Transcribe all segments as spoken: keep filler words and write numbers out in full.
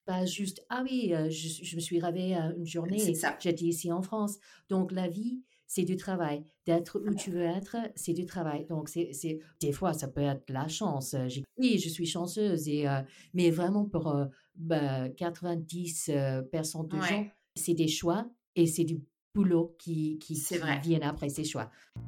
Pas juste: «Ah oui, heu, je je me suis réveillée, heu, une journée C'est et ça. j'étais ici en France». Donc la vie, c'est du travail. D'être où tu veux être, c'est du travail. Donc c'est c'est des fois, ça peut être la chance, heu, j'ai oui, je suis chanceuse et heu, mais vraiment pour, heu, bah, quatre-vingt-dix, heu, pour cent de gens, Ouais, c'est des choix et c'est du boulot qui qui c'est qui vrai. viennent après ces choix.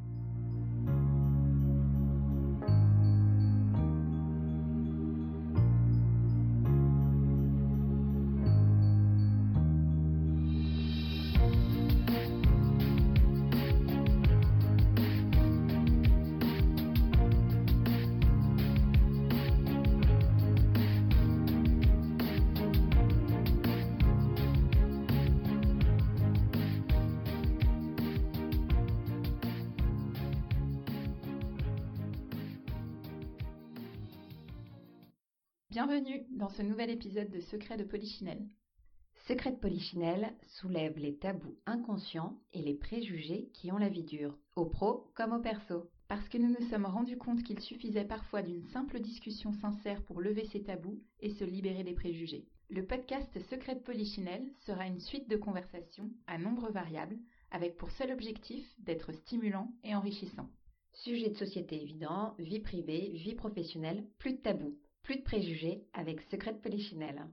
Bienvenue dans ce nouvel épisode de Secrets de Polichinelle. Secret de Polichinelle soulève les tabous inconscients et les préjugés qui ont la vie dure, au pro comme au perso. Parce que nous nous sommes rendus compte qu'il suffisait parfois d'une simple discussion sincère pour lever ces tabous et se libérer des préjugés. Le podcast Secrets de Polichinelle sera une suite de conversations à nombre variables, avec pour seul objectif d'être stimulant et enrichissant. Sujet de société évident, vie privée, vie professionnelle, plus de tabous, plus de préjugés avec Secret de Polichinelle.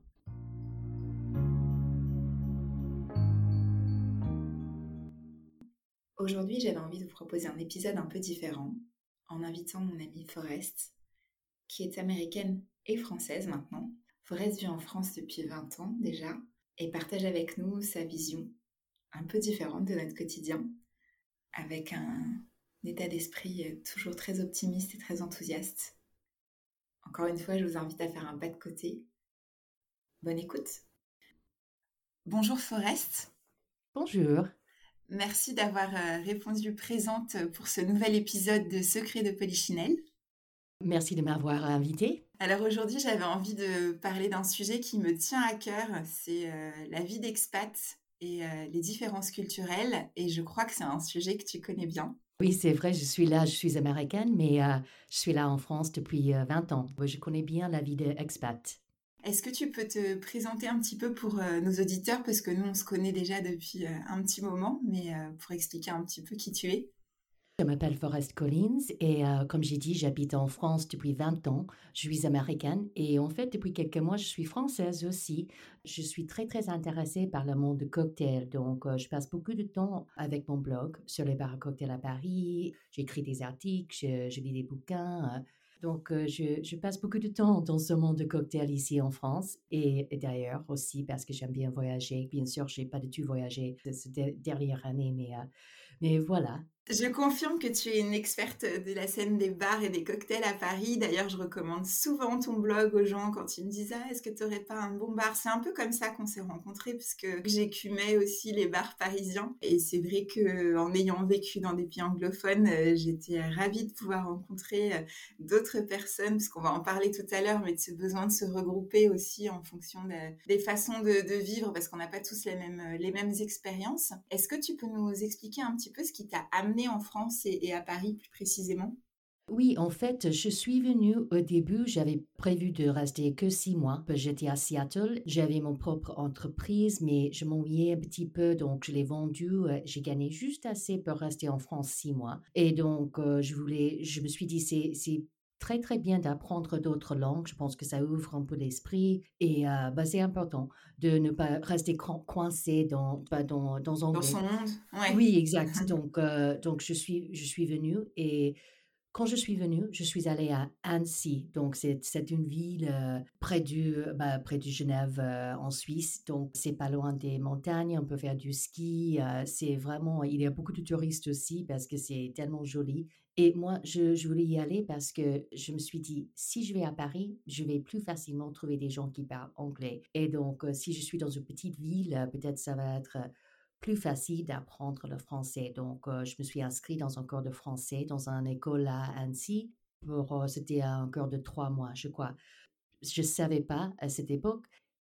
Aujourd'hui, j'avais envie de vous proposer un épisode un peu différent, en invitant mon amie Forest, qui est américaine et française maintenant. Forest vit en France depuis vingt ans déjà, et partage avec nous sa vision un peu différente de notre quotidien, avec un état d'esprit toujours très optimiste et très enthousiaste. Encore une fois, je vous invite à faire un pas de côté. Bonne écoute. Bonjour Forest. Bonjour. Merci d'avoir euh, répondu présente pour ce nouvel épisode de Secrets de Polichinelle. Merci de m'avoir invitée. Alors aujourd'hui, j'avais envie de parler d'un sujet qui me tient à cœur, c'est euh, la vie d'expat et euh, les différences culturelles, et je crois que c'est un sujet que tu connais bien. Oui, c'est vrai, je suis là, je suis américaine, mais heu, je suis là en France depuis, heu, vingt ans. Ouais, je connais bien la vie d'expat. Est-ce que tu peux te présenter un petit peu pour euh, nos auditeurs, parce que nous, on se connaît déjà depuis euh, un petit moment, mais euh, pour expliquer un petit peu qui tu es. Je m'appelle Forest Collins et heu, comme j'ai dit, j'habite en France depuis vingt ans. Je suis américaine et en fait, depuis quelques mois, je suis française aussi. Je suis très, très intéressée par le monde du cocktail, donc heu, je passe beaucoup de temps avec mon blog sur les bars à cocktails à Paris. J'écris des articles, je je lis des bouquins, heu, donc heu, je je passe beaucoup de temps dans ce monde de cocktail ici en France et et d'ailleurs aussi parce que j'aime bien voyager. Bien sûr, j'ai pas du tout voyagé de cette der dernière année, mais heu, mais voilà. Je confirme que tu es une experte de la scène des bars et des cocktails à Paris. D'ailleurs, je recommande souvent ton blog aux gens quand ils me disent «Ah, est-ce que tu aurais pas un bon bar?» C'est un peu comme ça qu'on s'est rencontrés, puisque j'écumais aussi les bars parisiens. Et c'est vrai que en ayant vécu dans des pays anglophones, euh, j'étais ravie de pouvoir rencontrer euh, d'autres personnes, puisqu'on va en parler tout à l'heure, mais de ce besoin de se regrouper aussi en fonction de- des façons de, de vivre, parce qu'on n'a pas tous les mêmes, les mêmes expériences. Est-ce que tu peux nous expliquer un petit peu ce qui t'a amené en France et, et à Paris plus précisément? Oui, en fait, je suis venue au début, j'avais prévu de rester que six mois. J'étais à Seattle, j'avais mon propre entreprise, mais je m'ennuyais un petit peu, donc je l'ai vendue. euh, J'ai gagné juste assez pour rester en France six mois. Et donc, euh, je voulais, je me suis dit, c'est, c'est très, très bien d'apprendre d'autres langues. Je pense que ça ouvre un peu l'esprit et euh, bah, c'est important de ne pas rester cro- coincé dans, bah, dans, dans Dans anglais. son monde? Ouais. Oui, exact. Donc, euh, donc je suis, je suis venue et quand je suis venue, je suis allée à Annecy. Donc, c'est, c'est une ville euh, près du, bah, près de Genève euh, en Suisse. Donc, c'est pas loin des montagnes. On peut faire du ski. euh, c'est vraiment, il y a beaucoup de touristes aussi parce que c'est tellement joli. Et moi, je, je voulais y aller parce que je me suis dit, si je vais à Paris, je vais plus facilement trouver des gens qui parlent anglais. Et donc, euh, si je suis dans une petite ville, euh, peut-être ça va être euh, plus facile d'apprendre le français. Donc, euh, je me suis inscrite dans un cours de français dans une école à Annecy. Pour, euh, c'était un cours de trois mois, je crois. Je ne savais pas à cette époque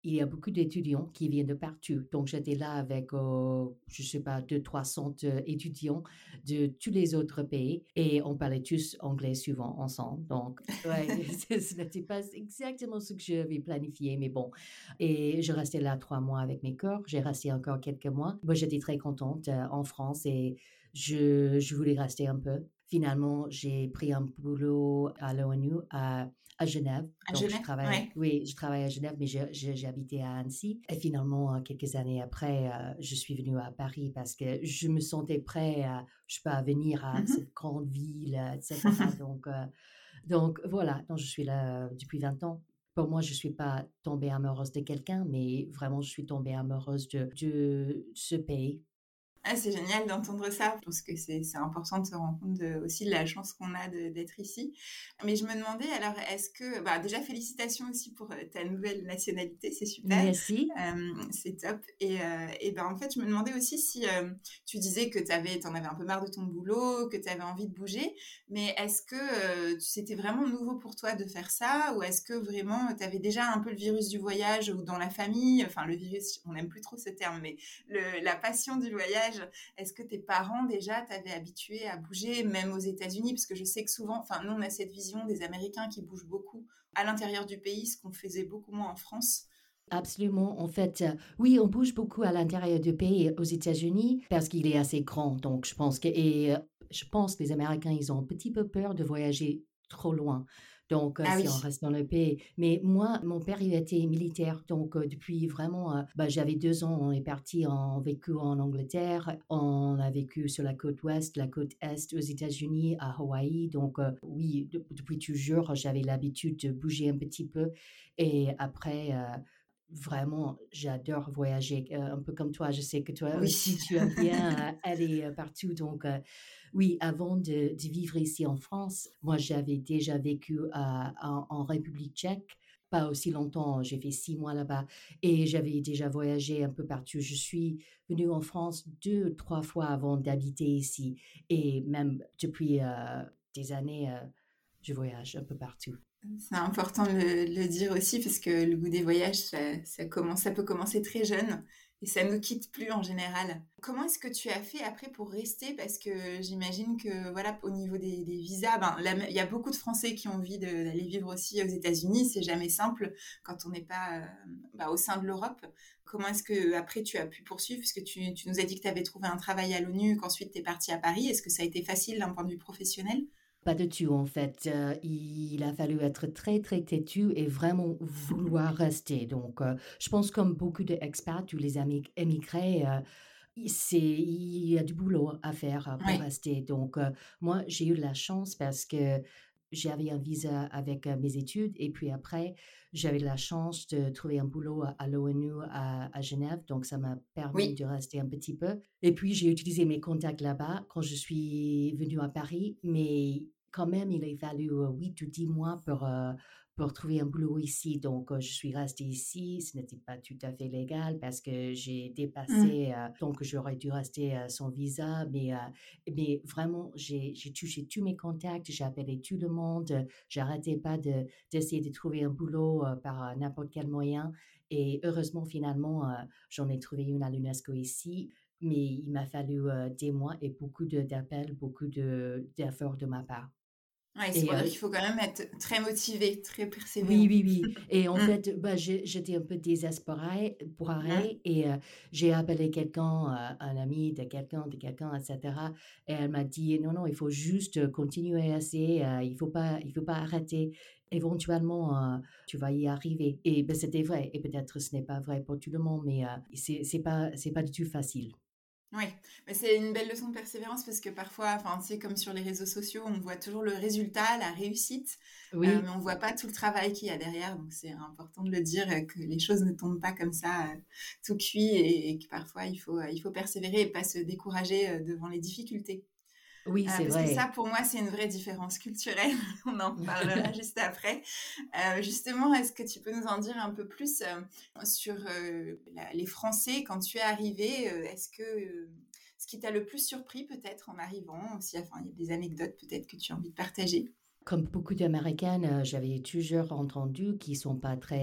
il y a beaucoup d'étudiants qui viennent de partout. Donc, j'étais là avec, euh, je ne sais pas, deux cents, trois cents étudiants de tous les autres pays et on parlait tous anglais souvent ensemble. Donc, ouais, ce n'était pas exactement ce que j'avais planifié, mais bon. Et je restais là trois mois avec mes cours. J'ai resté encore quelques mois. Moi, j'étais très contente euh, en France et je, je voulais rester un peu. Finalement, j'ai pris un boulot à l'ONU à à Genève. À Donc, je Genève, travaille, ouais. oui, je travaille à Genève, mais je- je- j'habitais à Annecy. Et finalement, quelques années après, euh, je suis venue à Paris parce que je me sentais prête à, je sais pas, à venir à Mhm. cette grande ville, euh, et cetera. Donc, euh, donc voilà, donc je suis là euh, depuis vingt ans. Pour moi, je ne suis pas tombée amoureuse de quelqu'un, mais vraiment, je suis tombée amoureuse de, de ce pays. Ah, c'est génial d'entendre ça. Je pense que c'est c'est important de se rendre compte de, aussi de la chance qu'on a de- d'être ici. Mais je me demandais, alors, est-ce que... Bah, déjà, félicitations aussi pour euh, ta nouvelle nationalité, c'est super. Merci. Euh, c'est top. Et, euh, et ben, en fait, je me demandais aussi si euh, tu disais que tu avais, t'en avais un peu marre de ton boulot, que tu avais envie de bouger. Mais est-ce que euh, c'était vraiment nouveau pour toi de faire ça? Ou est-ce que vraiment tu avais déjà un peu le virus du voyage ou dans la famille? Enfin, le virus, on n'aime plus trop ce terme, mais le, la passion du voyage. Est-ce que tes parents déjà t'avaient habitué à bouger, même aux États-Unis? Parce que je sais que souvent, enfin nous on a cette vision des Américains qui bougent beaucoup à l'intérieur du pays, ce qu'on faisait beaucoup moins en France. Absolument. En fait, euh, oui, on bouge beaucoup à l'intérieur du pays aux États-Unis parce qu'il est assez grand. Donc, je pense que, et euh, je pense que les Américains, ils ont un petit peu peur de voyager trop loin. Donc, euh, Ah si on oui. reste dans le pays. Mais moi, mon père, il était militaire. Donc, euh, depuis vraiment, euh, bah, j'avais deux ans, on est parti, on a vécu en Angleterre. On a vécu sur la côte ouest, la côte est aux États-Unis, à Hawaï. Donc, euh, oui, de- depuis toujours, j'avais l'habitude de bouger un petit peu. Et après, euh, vraiment, j'adore voyager, euh, un peu comme toi. Je sais que toi Oui. aussi, tu aimes bien euh, aller euh, partout. Donc, euh, oui, avant de, de vivre ici en France, moi, j'avais déjà vécu à- en, en République tchèque. Pas aussi longtemps, j'ai fait six mois là-bas et j'avais déjà voyagé un peu partout. Je suis venue en France deux, trois fois avant d'habiter ici et même depuis euh, des années, euh, je voyage un peu partout. C'est important de le, de le dire aussi parce que le goût des voyages, ça, ça commence, ça peut commencer très jeune et ça nous quitte plus en général. Comment est-ce que tu as fait après pour rester? Parce que j'imagine que voilà, au niveau des, des visas, ben, là, il y a beaucoup de Français qui ont envie de- d'aller vivre aussi aux États-Unis. C'est jamais simple quand on n'est pas euh, bah, au sein de l'Europe. Comment est-ce que après tu as pu poursuivre? Parce que tu, tu nous as dit que tu avais trouvé un travail à l'ONU, qu'ensuite tu es parti à Paris. Est-ce que ça a été facile d'un point de vue professionnel? Pas du tout, en fait. Euh, il a fallu être très, très têtu et vraiment vouloir rester. Donc, euh, je pense comme beaucoup d'expats ou les ami- émigrés, euh, il c'est, il y a du boulot à faire euh, pour Oui, rester. Donc, euh, moi, j'ai eu de la chance parce que j'avais un visa avec euh, mes études et puis après, j'avais de la chance de trouver un boulot à, à l'ONU à, à Genève. Donc, ça m'a permis oui. de rester un petit peu. Et puis, j'ai utilisé mes contacts là-bas quand je suis venue à Paris, mais quand même, il a fallu euh, huit ou dix mois pour, euh, pour trouver un boulot ici. Donc, euh, je suis restée ici. Ce n'était pas tout à fait légal parce que j'ai Mm. dépassé, euh, donc j'aurais dû rester euh, sans visa. Mais, euh, mais vraiment, j'ai, j'ai touché tous mes contacts, j'ai appelé tout le monde. euh, J'arrêtais pas de, d'essayer de trouver un boulot euh, par euh, n'importe quel moyen. Et heureusement, finalement, euh, j'en ai trouvé une à l'UNESCO ici. Mais il m'a fallu euh, des mois et beaucoup de, d'appels, beaucoup de, d'efforts de ma part. Ouais, c'est Et pour dire euh, qu'il faut quand même être très motivé, très oui, persévérant. oui, oui. Et en Mm. fait, bah, j'ai- j'étais un peu désespérée pour Mm. arrêter et euh, j'ai appelé quelqu'un, euh, un ami de quelqu'un, de quelqu'un, et cetera. Et elle m'a dit, non, non, il faut juste continuer à essayer, euh, il faut pas, il faut pas arrêter. Éventuellement, euh, tu vas y arriver. Et ben, c'était vrai. Et peut-être ce n'est pas vrai pour tout le monde, mais euh, c'est c'est pas, c'est pas du tout facile. Oui, mais c'est une belle leçon de persévérance parce que parfois, enfin, tu sais, comme sur les réseaux sociaux, on voit toujours le résultat, la réussite, euh, mais Oui, on voit pas tout le travail qu'il y a derrière. Donc, c'est important de le dire euh, que les choses ne tombent pas comme ça, euh, tout cuit, et, et que parfois il faut, euh, il faut persévérer et pas se décourager euh, devant les difficultés. oui, Euh, c'est parce que ça, vrai. pour moi, c'est une vraie différence culturelle. On en parlera juste après. Euh, justement, est-ce que tu peux nous en dire un peu plus euh, sur euh, la- les Français quand tu es arrivé? euh, Est-ce que euh, ce qui t'a le plus surpris peut-être en arrivant, aussi, enfin, il y a des anecdotes peut-être que tu as envie de partager. Comme beaucoup d'Américaines, euh, j'avais toujours entendu qu'ils sont pas très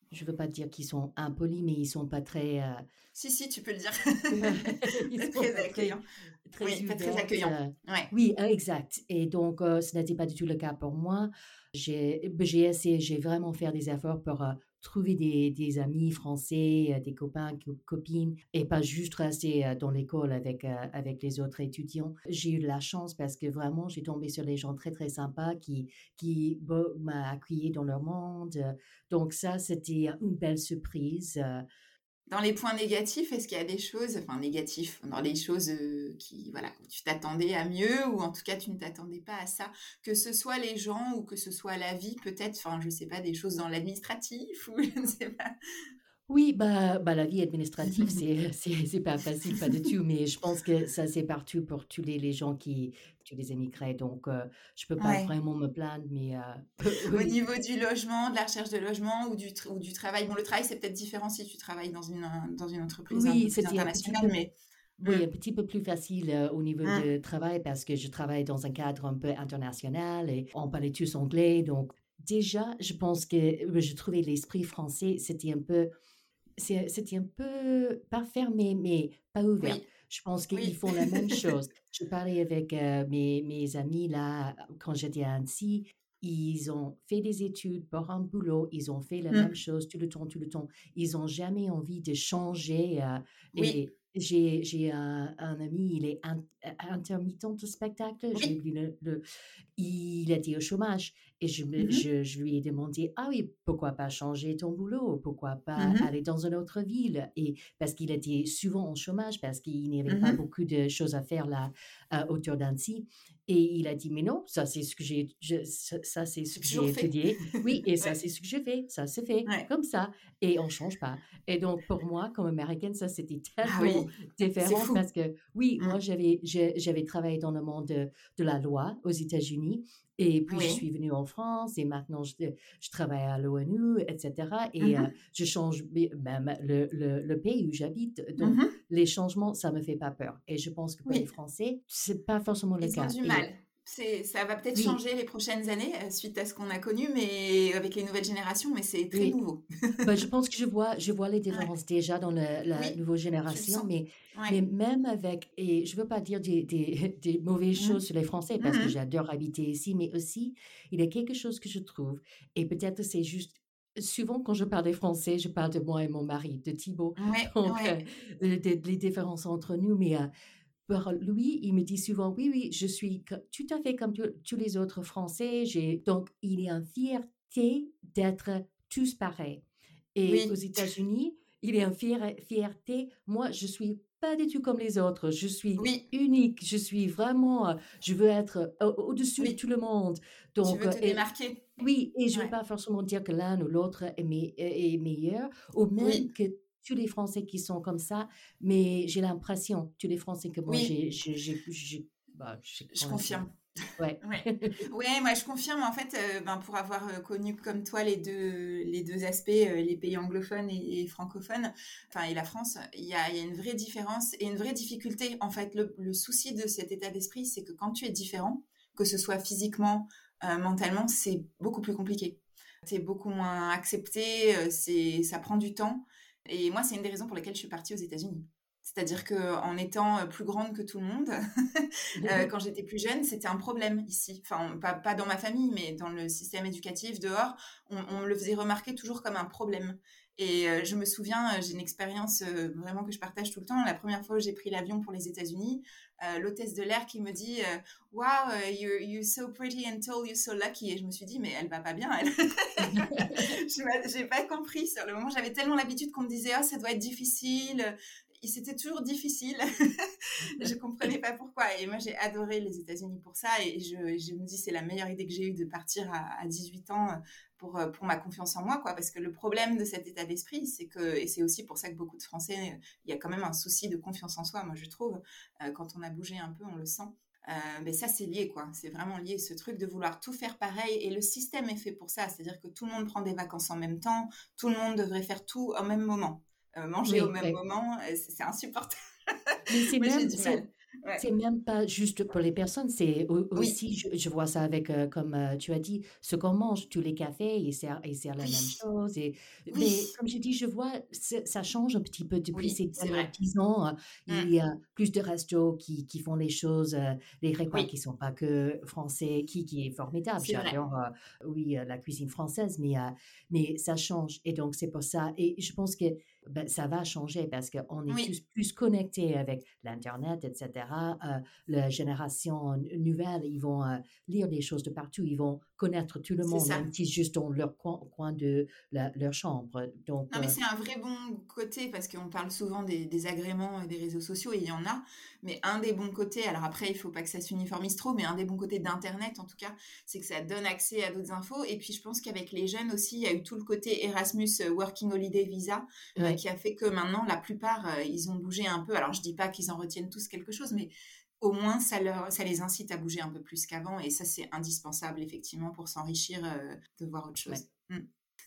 je veux pas dire qu'ils sont impolis, mais ils sont pas très... euh, Si, si, tu peux le dire. ils Pas sont très pas très, accueillant. très Oui, pas très ouverts. accueillant. euh, Ouais. oui, euh, exact. Et donc, euh, ce n'était pas du tout le cas pour moi. J'ai, ben, j'ai essayé, j'ai vraiment fait des efforts pour euh, trouver des, des amis français, euh, des copains, co- copines, et pas juste rester euh, dans l'école avec, euh, avec les autres étudiants. J'ai eu de la chance parce que vraiment, j'ai tombé sur des gens très, très sympas qui, qui bon, m'ont accueilli dans leur monde. Donc ça, c'était une belle surprise. euh, Dans les points négatifs, est-ce qu'il y a des choses, enfin négatifs, dans les choses euh, qui, voilà, où tu t'attendais à mieux ou en tout cas tu ne t'attendais pas à ça, que ce soit les gens ou que ce soit la vie, peut-être, enfin je sais pas, des choses dans l'administratif ou je ne sais pas. Oui, bah, bah, la vie administrative, c'est c'est c'est pas facile, pas du tout, mais je pense que ça, c'est partout pour tous les les gens qui tous les émigrés, donc heu, je peux pas Ouais. vraiment me plaindre, mais heu, Au oui, niveau du logement, de la recherche de logement ou du, tra- ou du travail, bon le travail c'est peut-être différent si tu travailles dans une, dans une entreprise un peu oui, plus c'était un petit internationale, peu mais... oui, Mm, un petit peu plus facile, heu, au niveau mm, de travail parce que je travaille dans un cadre un peu international et on parlait tous anglais, donc déjà, je pense que, heu, je trouvais l'esprit français, c'était un peu C'est c'était un peu pas fermé, mais pas ouvert. oui, Je pense qu'ils oui. font la même chose. Je parlais avec, heu, mes mes amis là, quand j'étais à Annecy, ils ont fait des études pour un boulot, ils ont fait la même Mm, chose tout le temps, tout le temps. Ils ont jamais envie de changer, heu oui, et j'ai j'ai un un ami, il est in intermittent de spectacle, j'ai oui. oublié le le il était au chômage et je me Mhm, je je lui ai demandé: «Ah oui, pourquoi pas changer ton boulot? Pourquoi pas mhm, aller dans une autre ville?» et parce qu'il était souvent en chômage, parce qu'il n'y avait pas mhm. beaucoup de choses à faire là, heu, autour d'Annecy et il a dit: «Mais non, ça c'est ce que j'ai je ça ça c'est ce J'ai que j'ai toujours fait. étudié. Oui et ça Ouais, c'est ce que je fais, ça se fait ouais. comme ça et on change pas» et donc pour moi, comme américaine, ça c'était Ah tellement oui, c'est différent fou. parce que oui, Mm, moi j'avais je j'avais travaillé dans le monde de de la loi aux États-Unis et puis je oui. suis venue en France et maintenant je, je travaille à l'ONU, et cetera. Et euh, Mhm, je change bi- même le, le, le pays où j'habite. Donc mhm. les changements, ça me fait pas peur. Et je pense que pour les Oui, Français, c'est pas forcément le ils ont cas. du Et mal. C'est, ça va peut-être oui, changer les prochaines années euh, suite à ce qu'on a connu, mais avec les nouvelles générations, mais c'est très oui. nouveau. Ben, je pense que je vois, je vois les Ouais, différences déjà dans la, la oui, nouvelle tu le génération, sens. mais, Ouais. mais même avec, et je veux pas dire des, des, des mauvaises Mhm, choses sur les Français parce que mhm, j'adore habiter ici, mais aussi, il y a quelque chose que je trouve, et peut-être c'est juste, souvent quand je parle des Français, je parle de moi et mon mari, de Thibaut, ouais, donc ouais. euh, de- de- les différences entre nous, mais euh, pour lui, il me dit souvent, oui, oui, je suis co- tout à fait comme tous tous les autres Français, j'ai, donc il est en fierté d'être tous pareils. Et aux Oui, États-Unis, il est en fier- fierté. Moi, je suis pas du tout comme les autres. Je suis oui, unique. Je suis vraiment, euh, je veux être au- au-dessus de oui. tout le monde. Tu Donc, veux euh, te et- démarquer. oui, et je veux Ouais. pas forcément dire que l'un ou l'autre est, me- est est meilleur, ou Oui, même que tous les Français qui sont comme ça, mais j'ai l'impression, tous les Français que moi oui, j'ai, j'ai, j'ai, j'ai- bah, j'ai je connaissé. confirme. Ouais. Ouais. Ouais, moi je confirme en fait, euh, ben, pour avoir euh, connu comme toi les deux, les deux aspects, euh, les pays anglophones et, et francophones, enfin et la France, il y a, il y a une vraie différence et une vraie difficulté. En fait, le, le souci de cet état d'esprit, c'est que quand tu es différent, que ce soit physiquement, euh, mentalement, c'est beaucoup plus compliqué. T'es beaucoup moins accepté, euh, c'est, ça prend du temps. Et moi, c'est une des raisons pour lesquelles je suis partie aux États-Unis. C'est-à-dire que en étant plus grande que tout le monde, euh, quand j'étais plus jeune, c'était un problème ici. Enfin, pas, pas dans ma famille, mais dans le système éducatif dehors, on, on me le faisait remarquer toujours comme un problème. Et euh, je me souviens, euh, j'ai une expérience euh, vraiment que je partage tout le temps. La première fois où j'ai pris l'avion pour les États-Unis, euh, l'hôtesse de l'air qui me dit euh, "Wow, uh, you're, you're so pretty and tall, you're so lucky." Et je me suis dit, mais elle va pas bien, elle. Je j'ai pas compris sur le moment. J'avais tellement l'habitude qu'on me disait, oh, ça doit être difficile. Et c'était toujours difficile. Je comprenais pas pourquoi. Et moi, j'ai adoré les États-Unis pour ça. Et je, je me dis, c'est la meilleure idée que j'ai eue de partir à, à dix-huit ans pour, pour ma confiance en moi, quoi. Parce que le problème de cet état d'esprit, c'est que, et c'est aussi pour ça que beaucoup de Français, il y a quand même un souci de confiance en soi, moi, je trouve. Quand on a bougé un peu, on le sent. Euh, mais ça, c'est lié, quoi. C'est vraiment lié, ce truc de vouloir tout faire pareil. Et le système est fait pour ça. C'est-à-dire que tout le monde prend des vacances en même temps. Tout le monde devrait faire tout au même moment. Euh, manger au Oui, même oui. moment, c'est, c'est insupportable. Mais c'est Moi, j'ai même, du c'est, mal. Ouais. C'est même pas juste pour les personnes, c'est au Oui, aussi je je vois ça avec, heu, comme, heu, tu as dit, ce qu'on mange. Tous les cafés, ils servent ils servent la même oui, chose et mais oui, comme j'ai dit, je vois c'est ça change un petit peu depuis oui, ces c'est dernières vrai. dix ans, heu, il Mmh. y a plus de restos qui qui font les choses, heu, les repas Oui, qui sont pas que français, qui qui est formidable. c'est vrai. J'adore, heu, oui, heu, la cuisine française, mais heu, mais ça change et donc c'est pour ça et je pense que, bah, ça va changer parce qu'on est Oui, tous plus connectés avec l'internet et cetera, heu la génération nouvelle, ils vont euh, lire des choses de partout, ils vont connaître tout le c'est monde, ça. même si juste dans leur coin, coin de la- leur chambre. Donc, Non, mais euh, c'est un vrai bon côté parce qu'on parle souvent des, des agréments et des réseaux sociaux et il y en a. Mais un des bons côtés, alors après, il faut pas que ça s'uniformise trop, mais un des bons côtés d'Internet, en tout cas, c'est que ça donne accès à d'autres infos. Et puis, je pense qu'avec les jeunes aussi, il y a eu tout le côté Erasmus euh, Working Holiday Visa euh, ouais, qui a fait que maintenant, la plupart, euh, ils ont bougé un peu. Alors, je dis pas qu'ils en retiennent tous quelque chose, mais au moins, ça, leur, ça les incite à bouger un peu plus qu'avant. Et ça, c'est indispensable, effectivement, pour s'enrichir euh, de voir autre ouais. chose. Mm.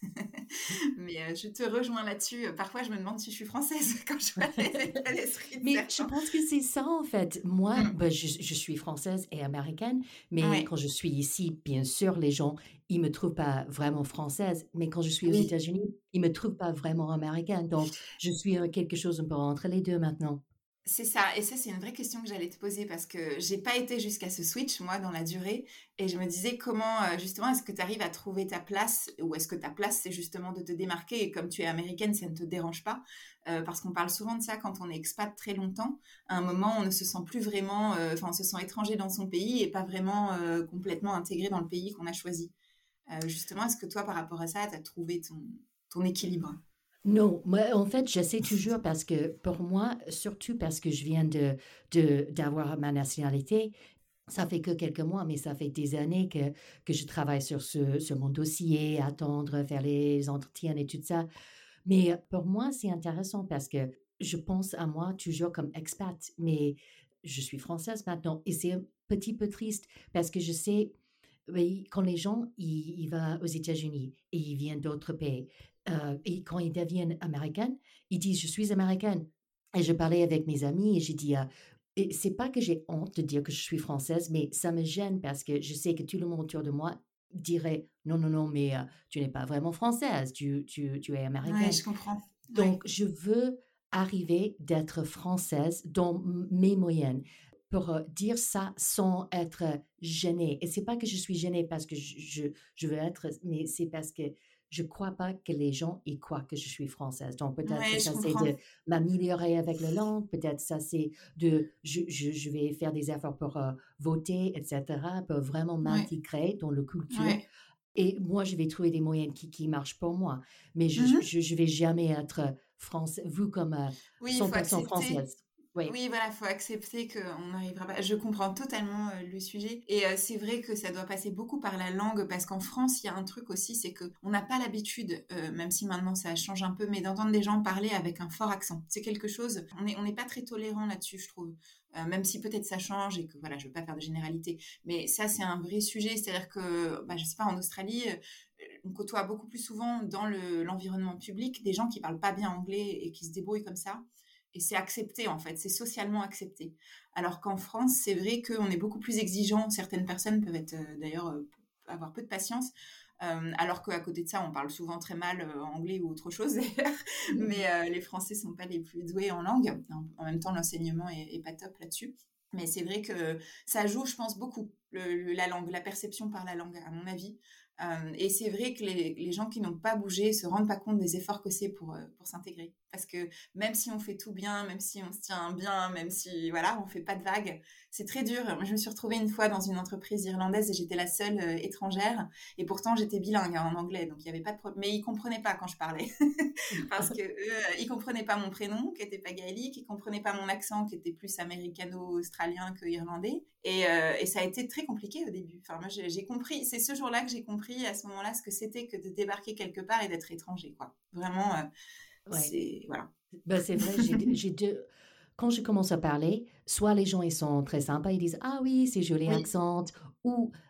Mais euh, je te rejoins là-dessus. Parfois, je me demande si je suis française quand je vois les états d'esprit de Mais je certains. pense que c'est ça en fait. Moi, Mm. ben, je, je suis française et américaine, mais Ouais, quand je suis ici, bien sûr, les gens, ils me trouvent pas vraiment française. Mais quand je suis aux oui, États-Unis, ils me trouvent pas vraiment américaine. Donc, je suis euh, quelque chose un peu entre les deux maintenant. c'est ça. Et ça, c'est une vraie question que j'allais te poser parce que j'ai pas été jusqu'à ce switch, moi, dans la durée. Et je me disais comment, euh, justement, est-ce que tu arrives à trouver ta place ou est-ce que ta place, c'est justement de te démarquer et comme tu es américaine, ça ne te dérange pas. Euh, parce qu'on parle souvent de ça quand on est expat très longtemps. À un moment, on ne se sent plus vraiment, euh, enfin, on se sent étranger dans son pays et pas vraiment euh, complètement intégré dans le pays qu'on a choisi. Euh, justement, est-ce que toi, par rapport à ça, tu as trouvé ton, ton équilibre? Non, moi, en fait, j'essaie toujours parce que pour moi, surtout parce que je viens de, de, d'avoir ma nationalité, ça fait que quelques mois, mais ça fait des années que, que je travaille sur, ce, sur mon dossier, attendre, faire les entretiens et tout ça. Mais pour moi, c'est intéressant parce que je pense à moi toujours comme expat, mais je suis française maintenant et c'est un petit peu triste parce que je sais, oui, quand les gens ils, ils vont aux États-Unis et ils viennent d'autres pays, euh, et quand ils deviennent américains, ils disent je suis américaine. Et je parlais avec mes amis et j'ai dit, ah, et c'est pas que j'ai honte de dire que je suis française, mais ça me gêne parce que je sais que tout le monde autour de moi dirait non, non, non, mais euh, tu n'es pas vraiment française, tu, tu, tu es Ouais, américaine. je comprends. Ouais. Donc, je veux arriver d'être française dans m- mes moyennes pour euh, dire ça sans être gênée. Et c'est pas que je suis gênée parce que je, je, je veux être, mais c'est parce que je crois pas que les gens y croient que je suis française. Donc, peut-être Ouais, je ça, c'est comprends. de m'améliorer avec la langue. Peut-être ça, c'est de, je, je, je vais faire des efforts pour euh, voter, et cetera, pour vraiment Ouais, m'intégrer dans la culture. ouais. Et moi, je vais trouver des moyens qui, qui marchent pour moi. Mais je Mhm. je, je vais jamais être français, vue comme euh, Oui, il faut cent pour cent accepter. française. Oui, Oui, voilà, faut accepter qu'on n'arrivera pas. Je comprends totalement euh, le sujet. Et euh, c'est vrai que ça doit passer beaucoup par la langue, parce qu'en France, il y a un truc aussi, c'est que on n'a pas l'habitude, euh, même si maintenant ça change un peu, mais d'entendre des gens parler avec un fort accent. C'est quelque chose, on n'est on n'est pas très tolérant là-dessus, je trouve. Euh, même si peut-être ça change et que voilà, je veux pas faire de généralité. Mais ça, c'est un vrai sujet. C'est-à-dire que, bah, je sais pas, en Australie, euh, on côtoie beaucoup plus souvent dans le, l'environnement public des gens qui parlent pas bien anglais et qui se débrouillent comme ça. Et c'est accepté, en fait, c'est socialement accepté. Alors qu'en France, c'est vrai qu'on est beaucoup plus exigeant. Certaines personnes peuvent être, euh, d'ailleurs, euh, avoir peu de patience. Euh, alors qu'à côté de ça, on parle souvent très mal euh, anglais ou autre chose, d'ailleurs. Mais euh, les Français sont pas les plus doués en langue. En, en même temps, l'enseignement est, est pas top là-dessus. Mais c'est vrai que ça joue, je pense, beaucoup, le, le, la langue, la perception par la langue, à mon avis. Euh, et c'est vrai que les, les gens qui n'ont pas bougé se rendent pas compte des efforts que c'est pour, euh, pour s'intégrer. Parce que même si on fait tout bien, même si on se tient bien, même si voilà, on fait pas de vagues, c'est très dur. Moi, je me suis retrouvée une fois dans une entreprise irlandaise et j'étais la seule euh, étrangère. Et pourtant, j'étais bilingue hein, en anglais, donc il y avait pas de problème. Mais ils comprenaient pas quand je parlais. Parce que eux, euh, ils comprenaient pas mon prénom, qui était pas gaélique, ils comprenaient pas mon accent, qui était plus américano-australien que irlandais. Et, euh, et ça a été très compliqué au début. Enfin, moi, j'ai, j'ai compris, c'est ce jour-là que j'ai compris à ce moment-là ce que c'était que de débarquer quelque part et d'être étranger, quoi. Vraiment, euh, ouais. c'est voilà. Ben, c'est vrai, j'ai j'ai deux. Quand je commence à parler, soit les gens ils sont très sympas, ils disent ah oui, c'est joli Oui, accent, ou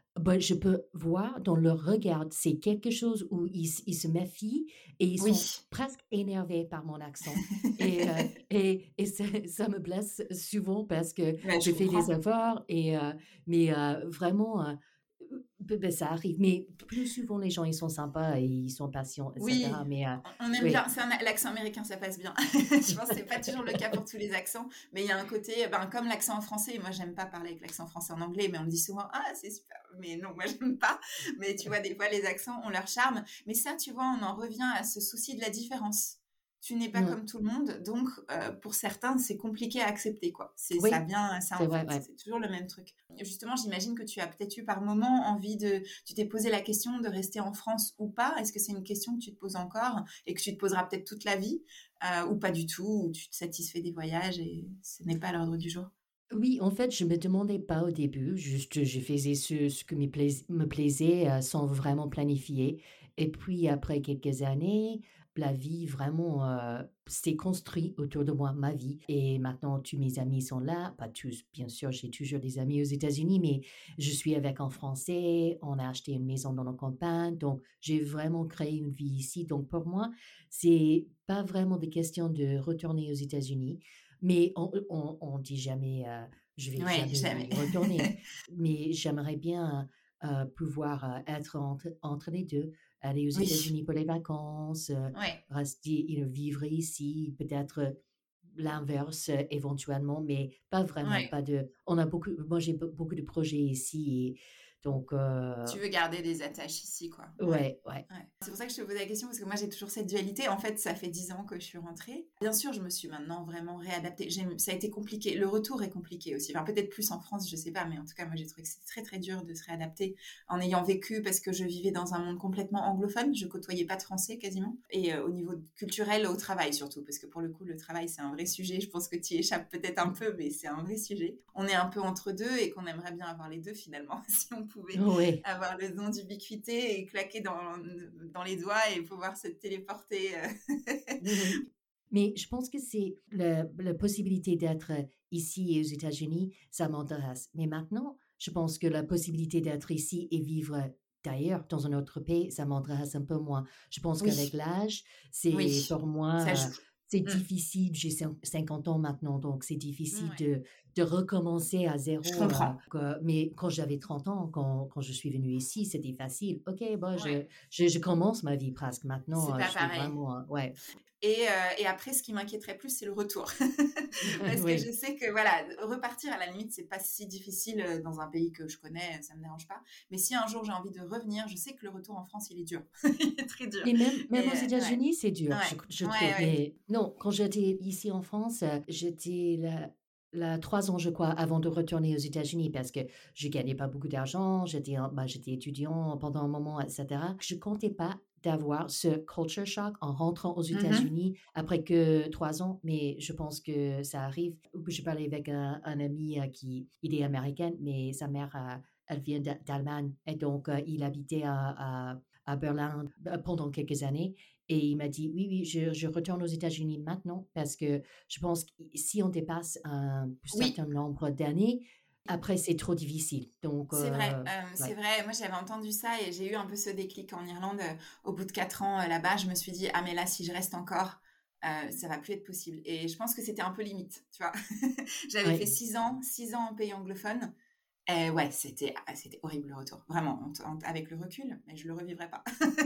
Ben, je peux voir dans leur regard, c'est quelque chose où ils, s- ils se méfient et ils sont Oui. presque énervés par mon accent. Et, euh, et, et ça, ça me blesse souvent parce que Ouais, je je fais des comprends. efforts, et, euh, mais euh, vraiment, euh, ben, ben, ça arrive. Mais plus souvent, les gens, ils sont sympas et ils sont patients, et cetera. Oui, Mais euh, on on aime bien. oui, C'est un l'accent américain, ça passe bien. Je pense que c'est pas toujours le cas pour tous les accents, mais il y a un côté, ben, comme l'accent en français. Moi, j'aime pas parler avec l'accent français en anglais, mais on me dit souvent, ah, c'est super. Mais non, moi, j'aime pas. Mais tu vois, des fois, les accents ont leur charme. Mais ça, tu vois, on en revient à ce souci de la différence. Tu n'es pas mm, comme tout le monde, donc euh, pour certains, c'est compliqué à accepter, quoi. C'est ça oui, vient, ça c'est en vrai, fait, ouais. c'est toujours le même truc. Justement, j'imagine que tu as peut-être eu par moment envie de, tu t'es posé la question de rester en France ou pas. Est-ce que c'est une question que tu te poses encore et que tu te poseras peut-être toute la vie, euh, ou pas du tout, ou tu te satisfais des voyages et ce n'est pas à l'ordre du jour? Oui, en fait, je me demandais pas au début, juste je faisais ce, ce que me plais- me plaisait, euh, sans vraiment planifier. Et puis après quelques années, la vie vraiment euh, s'est construite autour de moi, ma vie. Et maintenant, tous mes amis sont là, pas tous, bien sûr, j'ai toujours des amis aux États-Unis, mais je suis avec un Français, on a acheté une maison dans nos campagnes, donc j'ai vraiment créé une vie ici. Donc pour moi, c'est pas vraiment des questions de retourner aux États-Unis. Mais on on on dit jamais, heu, je vais Oui, jamais jamais. y retourner. Mais j'aimerais bien, heu, pouvoir, heu, être entre entre les deux, aller aux Oui, États-Unis pour les vacances, heu, ouais. rester you know, vivre ici, peut-être, heu, l'inverse, heu, éventuellement, mais pas vraiment, Ouais. pas de on a beaucoup moi j'ai beau beaucoup de projets ici, et donc heu, Tu veux garder des attaches ici, quoi. Ouais. ouais, ouais. Ouais. C'est pour ça que je te posais la question, parce que moi j'ai toujours cette dualité. En fait, ça fait dix ans que je suis rentrée. Bien sûr, je me suis maintenant vraiment réadaptée. J'ai- Ça a été compliqué. Le retour est compliqué aussi. Enfin, peut-être plus en France, je sais pas, mais en tout cas, moi j'ai trouvé que c'est très très dur de se réadapter en ayant vécu, parce que je vivais dans un monde complètement anglophone. Je côtoyais pas de français quasiment. Et euh, au niveau culturel, au travail surtout, parce que pour le coup, le travail c'est un vrai sujet. Je pense que tu y échappes peut-être un peu, mais c'est un vrai sujet. On est un peu entre deux et qu'on aimerait bien avoir les deux finalement, si on pouvait Ouais. avoir le don d'ubiquité et claquer dans, dans les doigts et pouvoir se téléporter. euh. Mmh. Mais je pense que c'est le la possibilité d'être ici et aux États-Unis, ça m'intéresse. Mais maintenant, je pense que la possibilité d'être ici et vivre d'ailleurs, dans un autre pays, ça m'intéresse un peu moins. Je pense qu'avec Oui, l'âge, c'est oui, pour ça moi, heu, joue. c'est Mm. difficile. J'ai cin cinquante ans maintenant, donc c'est difficile Ouais, de de recommencer à je zéro. heu, comprends. que mais quand j'avais trente ans, quand quand je suis venue ici, c'était facile. OK, bah, Ouais, je je je commence ma vie presque c'est maintenant, heu, pas je suis pareil. vraiment, heu, ouais. Et, euh, et après, ce qui m'inquiéterait plus, c'est le retour. Parce que je Oui. sais que, voilà, repartir, à la limite, c'est pas si difficile euh, dans un pays que je connais, ça me dérange pas. Mais si un jour j'ai envie de revenir, je sais que le retour en France, il est dur. Il est très dur. Et même même Et aux euh, ouais, États-Unis, c'est dur, je ouais, je trouve. ouais, ouais. Mais non, quand j'étais ici en France, heu, j'étais là là trois ans, je crois, avant de retourner aux États-Unis parce que je gagnais pas beaucoup d'argent, j'étais en bah, j'étais étudiant pendant un moment, et cetera. Je comptais pas d'avoir ce culture shock en rentrant aux Mhm. États-Unis après que trois ans, mais je pense que ça arrive. Je parlais avec un un ami, heu, qui il est américain, mais sa mère, heu, elle vient d'A d'Allemagne, et donc heu, il habitait à à à Berlin, bah, pendant quelques années, et il m'a dit: «Oui, oui, je je retourne aux États-Unis maintenant parce que je pense que si on dépasse un Oui, certain nombre d'années, après c'est trop difficile». Donc c'est vrai, heu, euh, c'est ouais. vrai. Moi, j'avais entendu ça et j'ai eu un peu ce déclic en Irlande. euh, Au bout de quatre ans euh, là-bas, je me suis dit, ah mais là, si je reste encore, euh, ça va plus être possible. Et je pense que c'était un peu limite, tu vois. J'avais fait Ouais. six ans, six ans en pays anglophone. Et ouais, c'était, ah, c'était horrible le retour, vraiment, en- en- avec le recul, mais je le revivrai pas.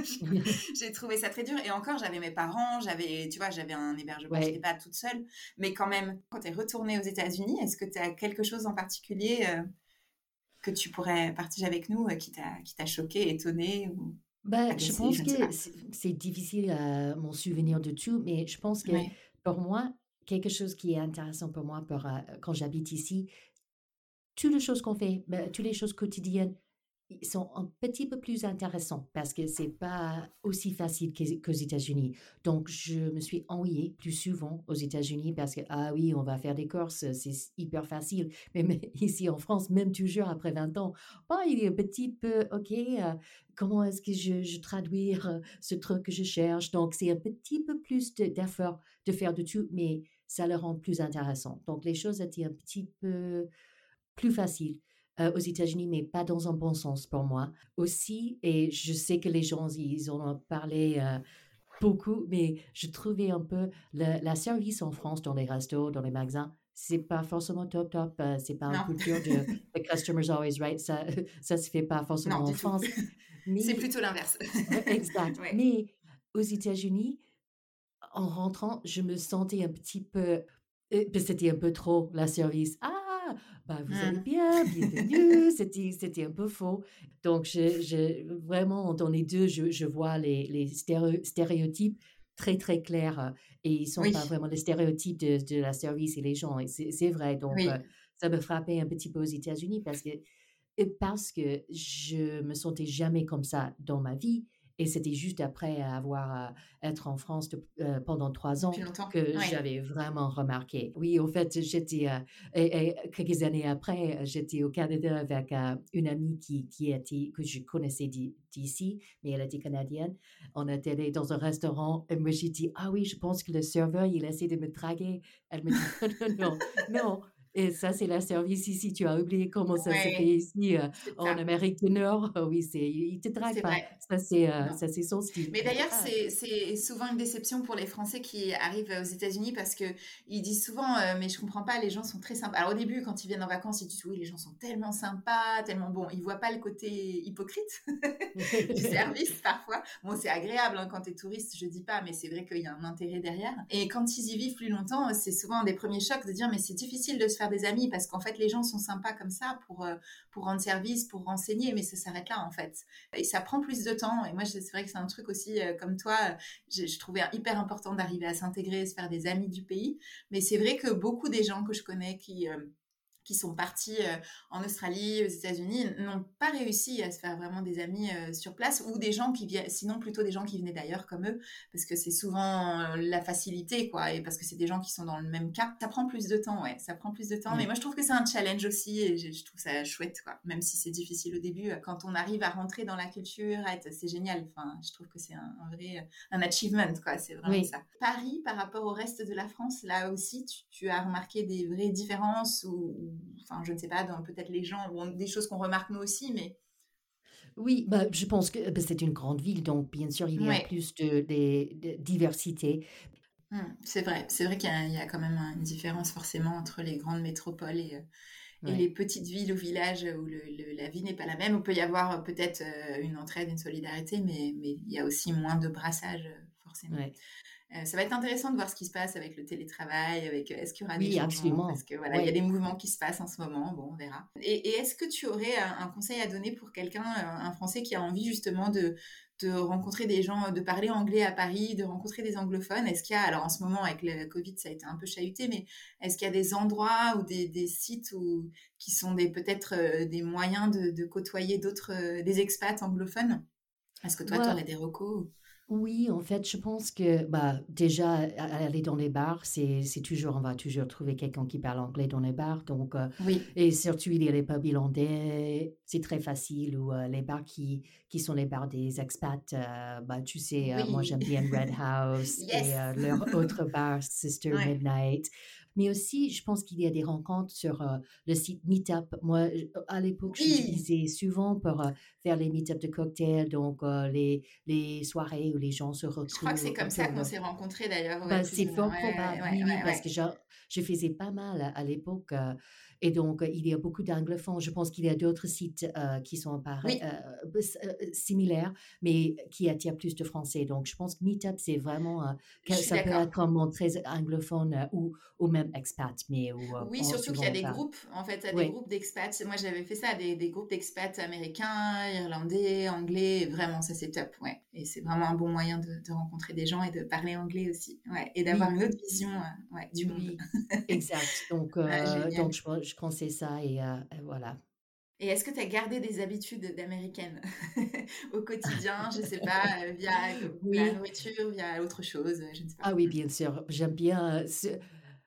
J'ai trouvé ça très dur. Et encore, j'avais mes parents, j'avais, tu vois, j'avais un hébergement, j'étais Ouais. pas toute seule. Mais quand même, quand tu es retournée aux États-Unis, est-ce que tu as quelque chose en particulier euh, que tu pourrais partager avec nous, euh, qui t'a, qui t'a choqué, étonné ou Bah, je agacé, pense je ne sais que pas. c'est c'est difficile à m'en souvenir de tout, mais je pense que Ouais. pour moi, quelque chose qui est intéressant pour moi pour, heu, quand j'habite ici, toutes les choses qu'on fait, bah, toutes les choses quotidiennes, ils sont un petit peu plus intéressants parce que c'est pas aussi facile qu'aux qu'aux États-Unis. Donc je me suis ennuyée plus souvent aux États-Unis parce que, ah oui, on va faire des courses, c'est s hyper facile. Mais mais ici en France, même toujours après vingt ans, bah, il est un petit peu: «OK, heu, comment est-ce que je je traduire, heu, ce truc que je cherche?» Donc c'est un petit peu plus de d'effort de faire de tout, mais ça le rend plus intéressant. Donc les choses étaient un petit peu plus facile. euh, aux États-Unis, mais pas dans un bon sens pour moi. Aussi, et je sais que les gens, ils en ont parlé euh, beaucoup, mais je trouvais un peu le, la service en France dans les restos, dans les magasins, c'est pas forcément top top. Euh, c'est pas une Non, culture de the customer's always right. Ça, ça se fait pas non, forcément en du tout. France. C'est Mais plutôt l'inverse. ouais, exact. Ouais. Mais aux États-Unis, en rentrant, je me sentais un petit peu, euh, ben, c'était un peu trop la service. Ah, bah vous allez Mm. bien, bienvenue. C'était, c'était un peu faux. Donc, je, je, vraiment, dans les deux, je, je vois les, les stéréo- stéréotypes très, très clairs. euh, Et ils sont pas Oui, vraiment les stéréotypes de, de la service et les gens. Et c'est, c'est vrai. Donc, euh, oui. ça me frappait un petit peu aux États-Unis parce que, et parce que je me sentais jamais comme ça dans ma vie. Et c'était juste après avoir euh, être en France de- euh, pendant trois Depuis ans longtemps. que Oui. j'avais vraiment remarqué. Oui, en fait, j'étais, euh, et, et quelques années après, j'étais au Canada avec euh, une amie qui, qui était, que je connaissais d'i- d'ici, mais elle était canadienne. On était allé dans un restaurant et moi j'ai dit, ah oui, je pense que le serveur, il essaie de me draguer. Elle me dit, non, non, non, non. Et ça, c'est la service ici. Tu as oublié comment ça se fait Ouais, ici euh, c'est en ça. Amérique du Nord. Oui, c'est, il te drague C'est pas. vrai. Ça, c'est, euh, Non. ça, c'est son style. Mais Je dis, d'ailleurs, ah, c'est c'est souvent une déception pour les Français qui arrivent aux États-Unis parce que ils disent souvent, euh, mais je comprends pas, les gens sont très sympas. Alors au début, quand ils viennent en vacances, ils disent oui, les gens sont tellement sympas, tellement bons. Ils voient pas le côté hypocrite du service parfois. Bon, c'est agréable hein, quand t'es touriste, je dis pas, mais c'est vrai qu'il y a un intérêt derrière. Et quand ils y vivent plus longtemps, c'est souvent un des premiers chocs de dire mais c'est difficile de se faire des amis parce qu'en fait les gens sont sympas comme ça pour euh, pour rendre service, pour renseigner, mais ça s'arrête là en fait. Et ça prend plus de temps. Et moi, c'est vrai que c'est un truc aussi, euh, comme toi, euh, je, je trouvais hyper important d'arriver à s'intégrer, se faire des amis du pays. Mais c'est vrai que beaucoup des gens que je connais qui... euh, qui sont partis euh, en Australie, aux États-Unis, n'ont pas réussi à se faire vraiment des amis euh, sur place, ou des gens qui viennent, sinon plutôt des gens qui venaient d'ailleurs comme eux, parce que c'est souvent euh, la facilité, quoi, et parce que c'est des gens qui sont dans le même cas. Ça prend plus de temps, ouais, ça prend plus de temps, mais ouais. moi je trouve que c'est un challenge aussi, et je, je trouve ça chouette, quoi, même si c'est difficile au début. Quand on arrive à rentrer dans la culture, c'est génial, enfin, je trouve que c'est un, un vrai, un achievement, quoi, c'est vraiment Oui. ça. Paris, par rapport au reste de la France, là aussi, tu, tu as remarqué des vraies différences, ou enfin, je ne sais pas, dans peut-être les gens, bon, des choses qu'on remarque nous aussi, mais... Oui, bah, je pense que bah, c'est une grande ville, donc bien sûr, il y a Ouais, plus de, de- de diversité. mmh, c'est vrai. C'est vrai qu'il y a, il y a quand même une différence forcément entre les grandes métropoles et, euh, et les Ouais, petites villes ou villages où le, le- la vie n'est pas la même. Il peut y avoir euh, peut-être euh, une entraide, une solidarité, mais, mais il y a aussi moins de brassage, euh, forcément. ouais. Euh, ça va être intéressant de voir ce qui se passe avec le télétravail, avec euh, est-ce qu'il y aura des Oui, changements, parce absolument. que voilà, il y a des Ouais. mouvements qui se passent en ce moment, bon, on verra. Et, et est-ce que tu aurais un, un conseil à donner pour quelqu'un, un, un Français qui a envie justement de, de rencontrer des gens, de parler anglais à Paris, de rencontrer des anglophones? Est-ce qu'il y a, alors en ce moment avec le Covid, ça a été un peu chahuté, mais est-ce qu'il y a des endroits ou des, des sites où, qui sont des peut-être euh, des moyens de, de côtoyer d'autres, euh, des expats anglophones? Est-ce que toi, tu Moi, aurais des recos? oui, en fait, je pense que bah, déjà, a- aller dans les bars, c'est, c'est toujours, on va toujours trouver quelqu'un qui parle anglais dans les bars. Donc, euh, Oui, et surtout, il y a les pubs irlandais, c'est très facile, ou euh, les bars qui, qui sont les bars des expats. Euh, bah, tu sais, euh, moi, oui, j'aime bien Red House et yes, euh, leur autre bar, Sister ouais. Midnight. Mais aussi, je pense qu'il y a des rencontres sur euh, le site Meetup. Moi, je- à l'époque, Oui, j'utilisais souvent pour euh, faire les meet-ups de cocktails, donc euh, les les soirées où les gens se je crois que c'est retrouvent comme ça autour qu'on de... s'est rencontrés d'ailleurs, ouais, Ben, plus c'est ou moins. fort Ouais, probable, ouais, oui, oui, ouais, parce ouais. que je, je faisais pas mal à, à l'époque. euh, et donc, euh, il y a beaucoup d'anglophones. Je pense qu'il y a d'autres sites euh, qui sont pareils, Oui, euh, euh, similaires, mais qui attirent plus de Français. Donc, je pense que Meetup, c'est vraiment... euh, je que suis ça peut d'accord. être vraiment très anglophone euh, ou, ou même expat, mais où euh, Oui, on- surtout qu'il y a souvent on des parle. groupes, en fait, il y a des Oui, groupes d'expats. Moi, j'avais fait ça, des, des groupes d'expats américains, irlandais, anglais. Et vraiment, ça, c'est top, ouais. Et c'est vraiment un bon moyen de, de rencontrer des gens et de parler anglais aussi, ouais. Et d'avoir oui, une autre vision, euh, ouais, du monde. oui, exact. Donc, Ah, euh, donc génial. je, je conseille ça et euh, et voilà. Et est-ce que tu as gardé des habitudes d'américaine au quotidien, je sais pas, euh, via la Oui, nourriture, via autre chose, je ne sais pas. ah oui, bien sûr. J'aime bien. euh, ce-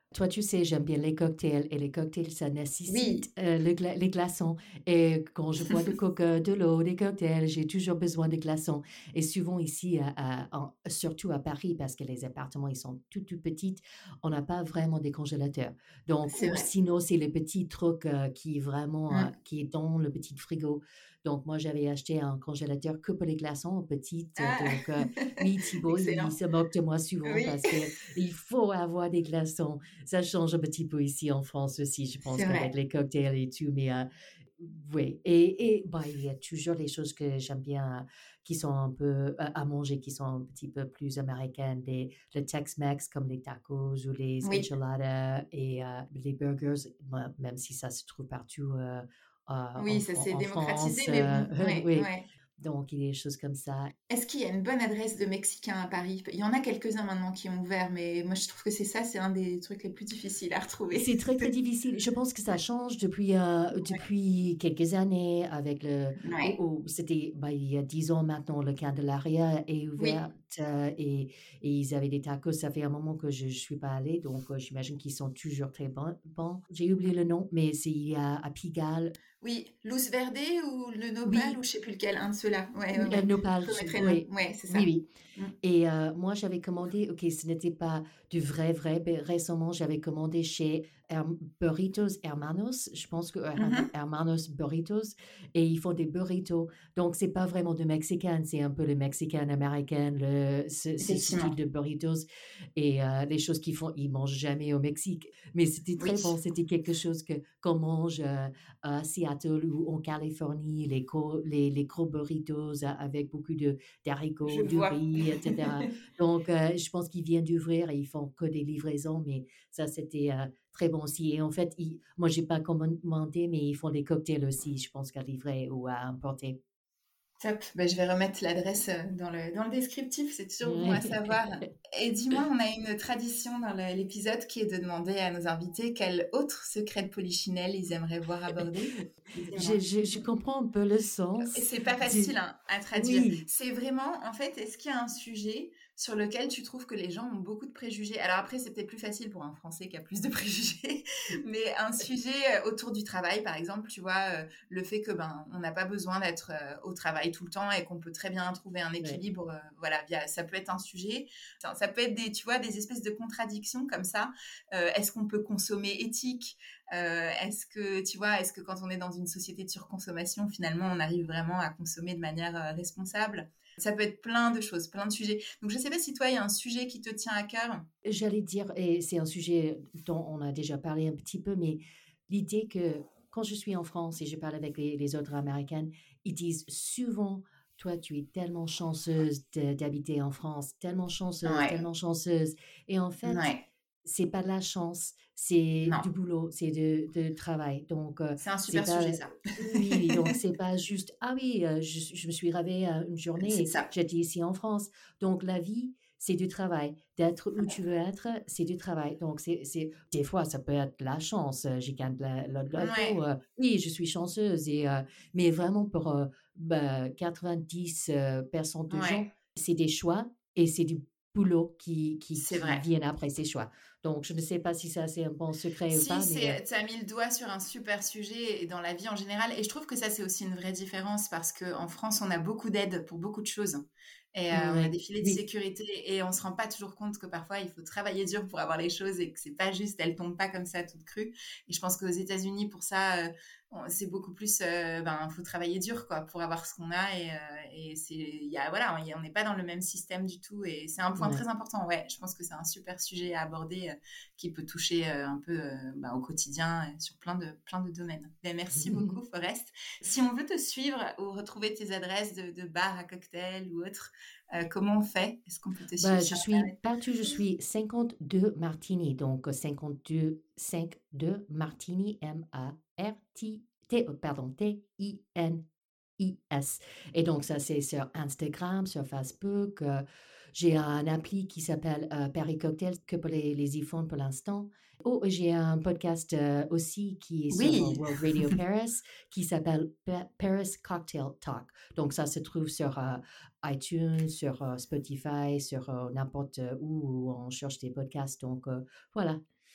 Toi, tu sais, j'aime bien les cocktails et les cocktails, ça nécessite Oui. euh, le gla- les glaçons. Et quand je bois de coca, de l'eau, des cocktails, j'ai toujours besoin de glaçons. Et souvent ici, à- à- en- surtout à Paris, parce que les appartements, ils sont tout, tout petits, on n'a pas vraiment des congélateurs. Donc, C'est ou vrai. sinon, c'est le petit truc euh, qui est vraiment, euh, Mm. qui est dans le petit frigo. Donc, moi, j'avais acheté un congélateur que pour les glaçons, petites. Ah, Donc, euh, oui, Thibaut, il excellent. se moque de moi souvent Oui, parce que il faut avoir des glaçons. Ça change un petit peu ici en France aussi, je pense c'est qu'avec vrai. les cocktails et tout, mais euh, oui. Et, et bah, il y a toujours les choses que j'aime bien, euh, qui sont un peu euh, à manger, qui sont un petit peu plus américaines, des, le Tex-Mex comme les tacos ou les Oui, enchiladas et euh, les burgers, moi, même si ça se trouve partout euh, euh, en, oui, ça Fran- s'est en démocratisé, France, mais euh, bon, ouais, oui. ouais. Donc, il y a des choses comme ça. Est-ce qu'il y a une bonne adresse de Mexicain à Paris? Il y en a quelques-uns maintenant qui ont ouvert, mais moi je trouve que c'est ça, c'est un des trucs les plus difficiles à retrouver. C'est très, très difficile. Je pense que ça change depuis, euh, Ouais, depuis quelques années avec le... Oh, ouais, oh, c'était bah, il y a dix ans maintenant, le Candelaria est oui, ouvert euh, et, et ils avaient des tacos. Ça fait un moment que je ne suis pas allée, donc euh, j'imagine qu'ils sont toujours très bons. Bon, j'ai oublié le nom, mais c'est à, à Pigalle. oui. Luz Verde ou le Nopal ou Oui, je sais plus lequel, un de ceux-là. Ouais, ouais, oui, euh, ouais. Nopal, Je remettrai le nom. oui, Ouais, c'est oui, ça. oui. Mm. Et euh, moi, j'avais commandé, ok, ce n'était pas du vrai, vrai, mais récemment, j'avais commandé chez Her- Burritos Hermanos, je pense que Her- Mhm. Hermanos Burritos, et ils font des burritos. Donc, c'est pas vraiment de mexicain, c'est un peu le mexicain américain, le, ce, ce style Effectivement. de burritos. Et euh, les choses qu'ils font, ils mangent jamais au Mexique. Mais c'était très bon, Oui, c'était quelque chose que qu'on mange euh, à Seattle ou en Californie, les, gros- les, les gros burritos euh, avec beaucoup de je d'haricots, de vois. riz, et cetera. Donc, euh, je pense qu'ils viennent d'ouvrir et ils font que des livraisons, mais ça, c'était euh, très bon aussi. Et en fait, ils, moi, j'ai pas commandé, mais ils font des cocktails aussi, je pense, qu'à livrer ou à importer. Top. Ben, je vais remettre l'adresse euh, dans le, dans le descriptif, c'est toujours bon à savoir. Et dis-moi, on a une tradition dans le- l'épisode qui est de demander à nos invités quel autre secret de Polichinelle ils aimeraient voir abordé. je, Dis-moi. je, je comprends un peu le Et sens c'est pas facile du... hein, à traduire. Oui, C'est vraiment, en fait, est-ce qu'il y a un sujet sur lequel tu trouves que les gens ont beaucoup de préjugés? Alors après, c'est peut-être plus facile pour un Français qui a plus de préjugés, mais un sujet euh, autour du travail, par exemple, tu vois, euh, le fait que ben on n'a pas besoin d'être euh, au travail tout le temps et qu'on peut très bien trouver un ouais. équilibre. euh, voilà, via, ça peut être un sujet. Ça, ça peut être des, tu vois, des espèces de contradictions comme ça. Euh, est-ce qu'on peut consommer éthique? Euh, est-ce que, tu vois, est-ce que quand on est dans une société de surconsommation, finalement, on arrive vraiment à consommer de manière euh, responsable? Ça peut être plein de choses, plein de sujets. Donc, je ne sais pas si toi, il y a un sujet qui te tient à cœur. J'allais dire, et c'est un sujet dont on a déjà parlé un petit peu, mais l'idée que quand je suis en France et je parle avec les, les autres Américaines, ils disent souvent, toi, tu es tellement chanceuse de- d'habiter en France, tellement chanceuse, Ouais, tellement chanceuse. Et en fait, ouais, c'est pas de la chance, c'est non. du boulot, c'est de, de travail. Donc, euh, C'est un c'est super pas, sujet, ça. oui, oui, donc c'est pas juste, ah oui, euh, je, je me suis réveillée euh, une journée C'est et ça. j'étais ici en France. Donc, la vie, c'est du travail. D'être où tu veux être, c'est du travail. Donc, c'est, c'est, des fois, ça peut être la chance. Euh, J'ai gagné la, la loto. Ouais, euh, oui, je suis chanceuse. Et, euh, mais vraiment, pour euh, ben, quatre-vingt-dix euh, pour cent de gens, ouais, c'est des choix et c'est du boulot qui, qui, c'est qui vrai. viennent après ces choix. Donc, je ne sais pas si ça, c'est un bon secret ou Si, pas, mais... euh, c'est, tu as mis le doigt sur un super sujet et dans la vie en général. Et je trouve que ça, c'est aussi une vraie différence parce qu'en France, on a beaucoup d'aide pour beaucoup de choses. Et euh, on a des ouais, filets de oui, sécurité et on se rend pas toujours compte que parfois, il faut travailler dur pour avoir les choses et que c'est pas juste, elles tombent pas comme ça toutes crues. Et je pense qu'aux États-Unis, pour ça, euh, on- c'est beaucoup plus, euh, ben, faut travailler dur, quoi, pour avoir ce qu'on a. Et, euh, et c'est, il y a, voilà, on y- on n'est pas dans le même système du tout. Et c'est un point ouais. très important. Ouais, je pense que c'est un super sujet à aborder. euh, qui peut toucher euh, un peu euh, bah, au quotidien euh, sur plein de, plein de domaines. Ben, merci beaucoup, Forest. Si on veut te suivre ou retrouver tes adresses de, de bars à cocktails ou autres, euh, comment on fait? Est-ce qu'on peut te suivre Bah, je sur suis Internet? partout, je suis cinquante-deux Martini, donc cinquante-deux, cinquante-deux Martini, M A R T, T, euh, pardon, T I N I S. Et donc, ça, c'est sur Instagram, sur Facebook. euh, j'ai un appli qui s'appelle euh, Paris Cocktail, que pour les, les iPhones pour l'instant. Oh, j'ai un podcast euh, aussi qui est sur euh, Oui, World Radio Paris, qui s'appelle Pa- Paris Cocktail Talk. Donc, ça se trouve sur euh, iTunes, sur euh, Spotify, sur euh, n'importe où où on cherche des podcasts. Donc, euh, voilà.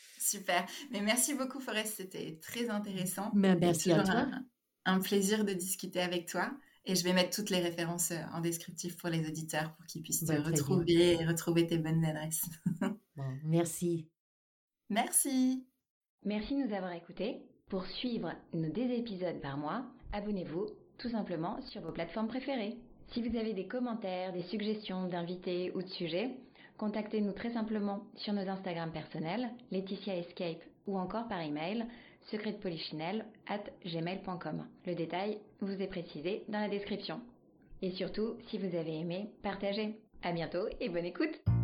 Super. Mais merci beaucoup, Forest. C'était très intéressant. Mais merci à toi. Un, un plaisir de discuter avec toi. Et je vais mettre toutes les références en descriptif pour les auditeurs pour qu'ils puissent te Bah, très retrouver bien. et retrouver tes bonnes adresses. Bon, merci. Merci. Merci de nous avoir écoutés. Pour suivre nos deux épisodes par mois, abonnez-vous tout simplement sur vos plateformes préférées. Si vous avez des commentaires, des suggestions d'invités ou de sujets, contactez-nous très simplement sur nos Instagram personnels, Laetitia Escape, ou encore par email, secretpolichinelle arobase gmail point com. Le détail vous est précisé dans la description. Et surtout, si vous avez aimé, partagez. À bientôt et bonne écoute!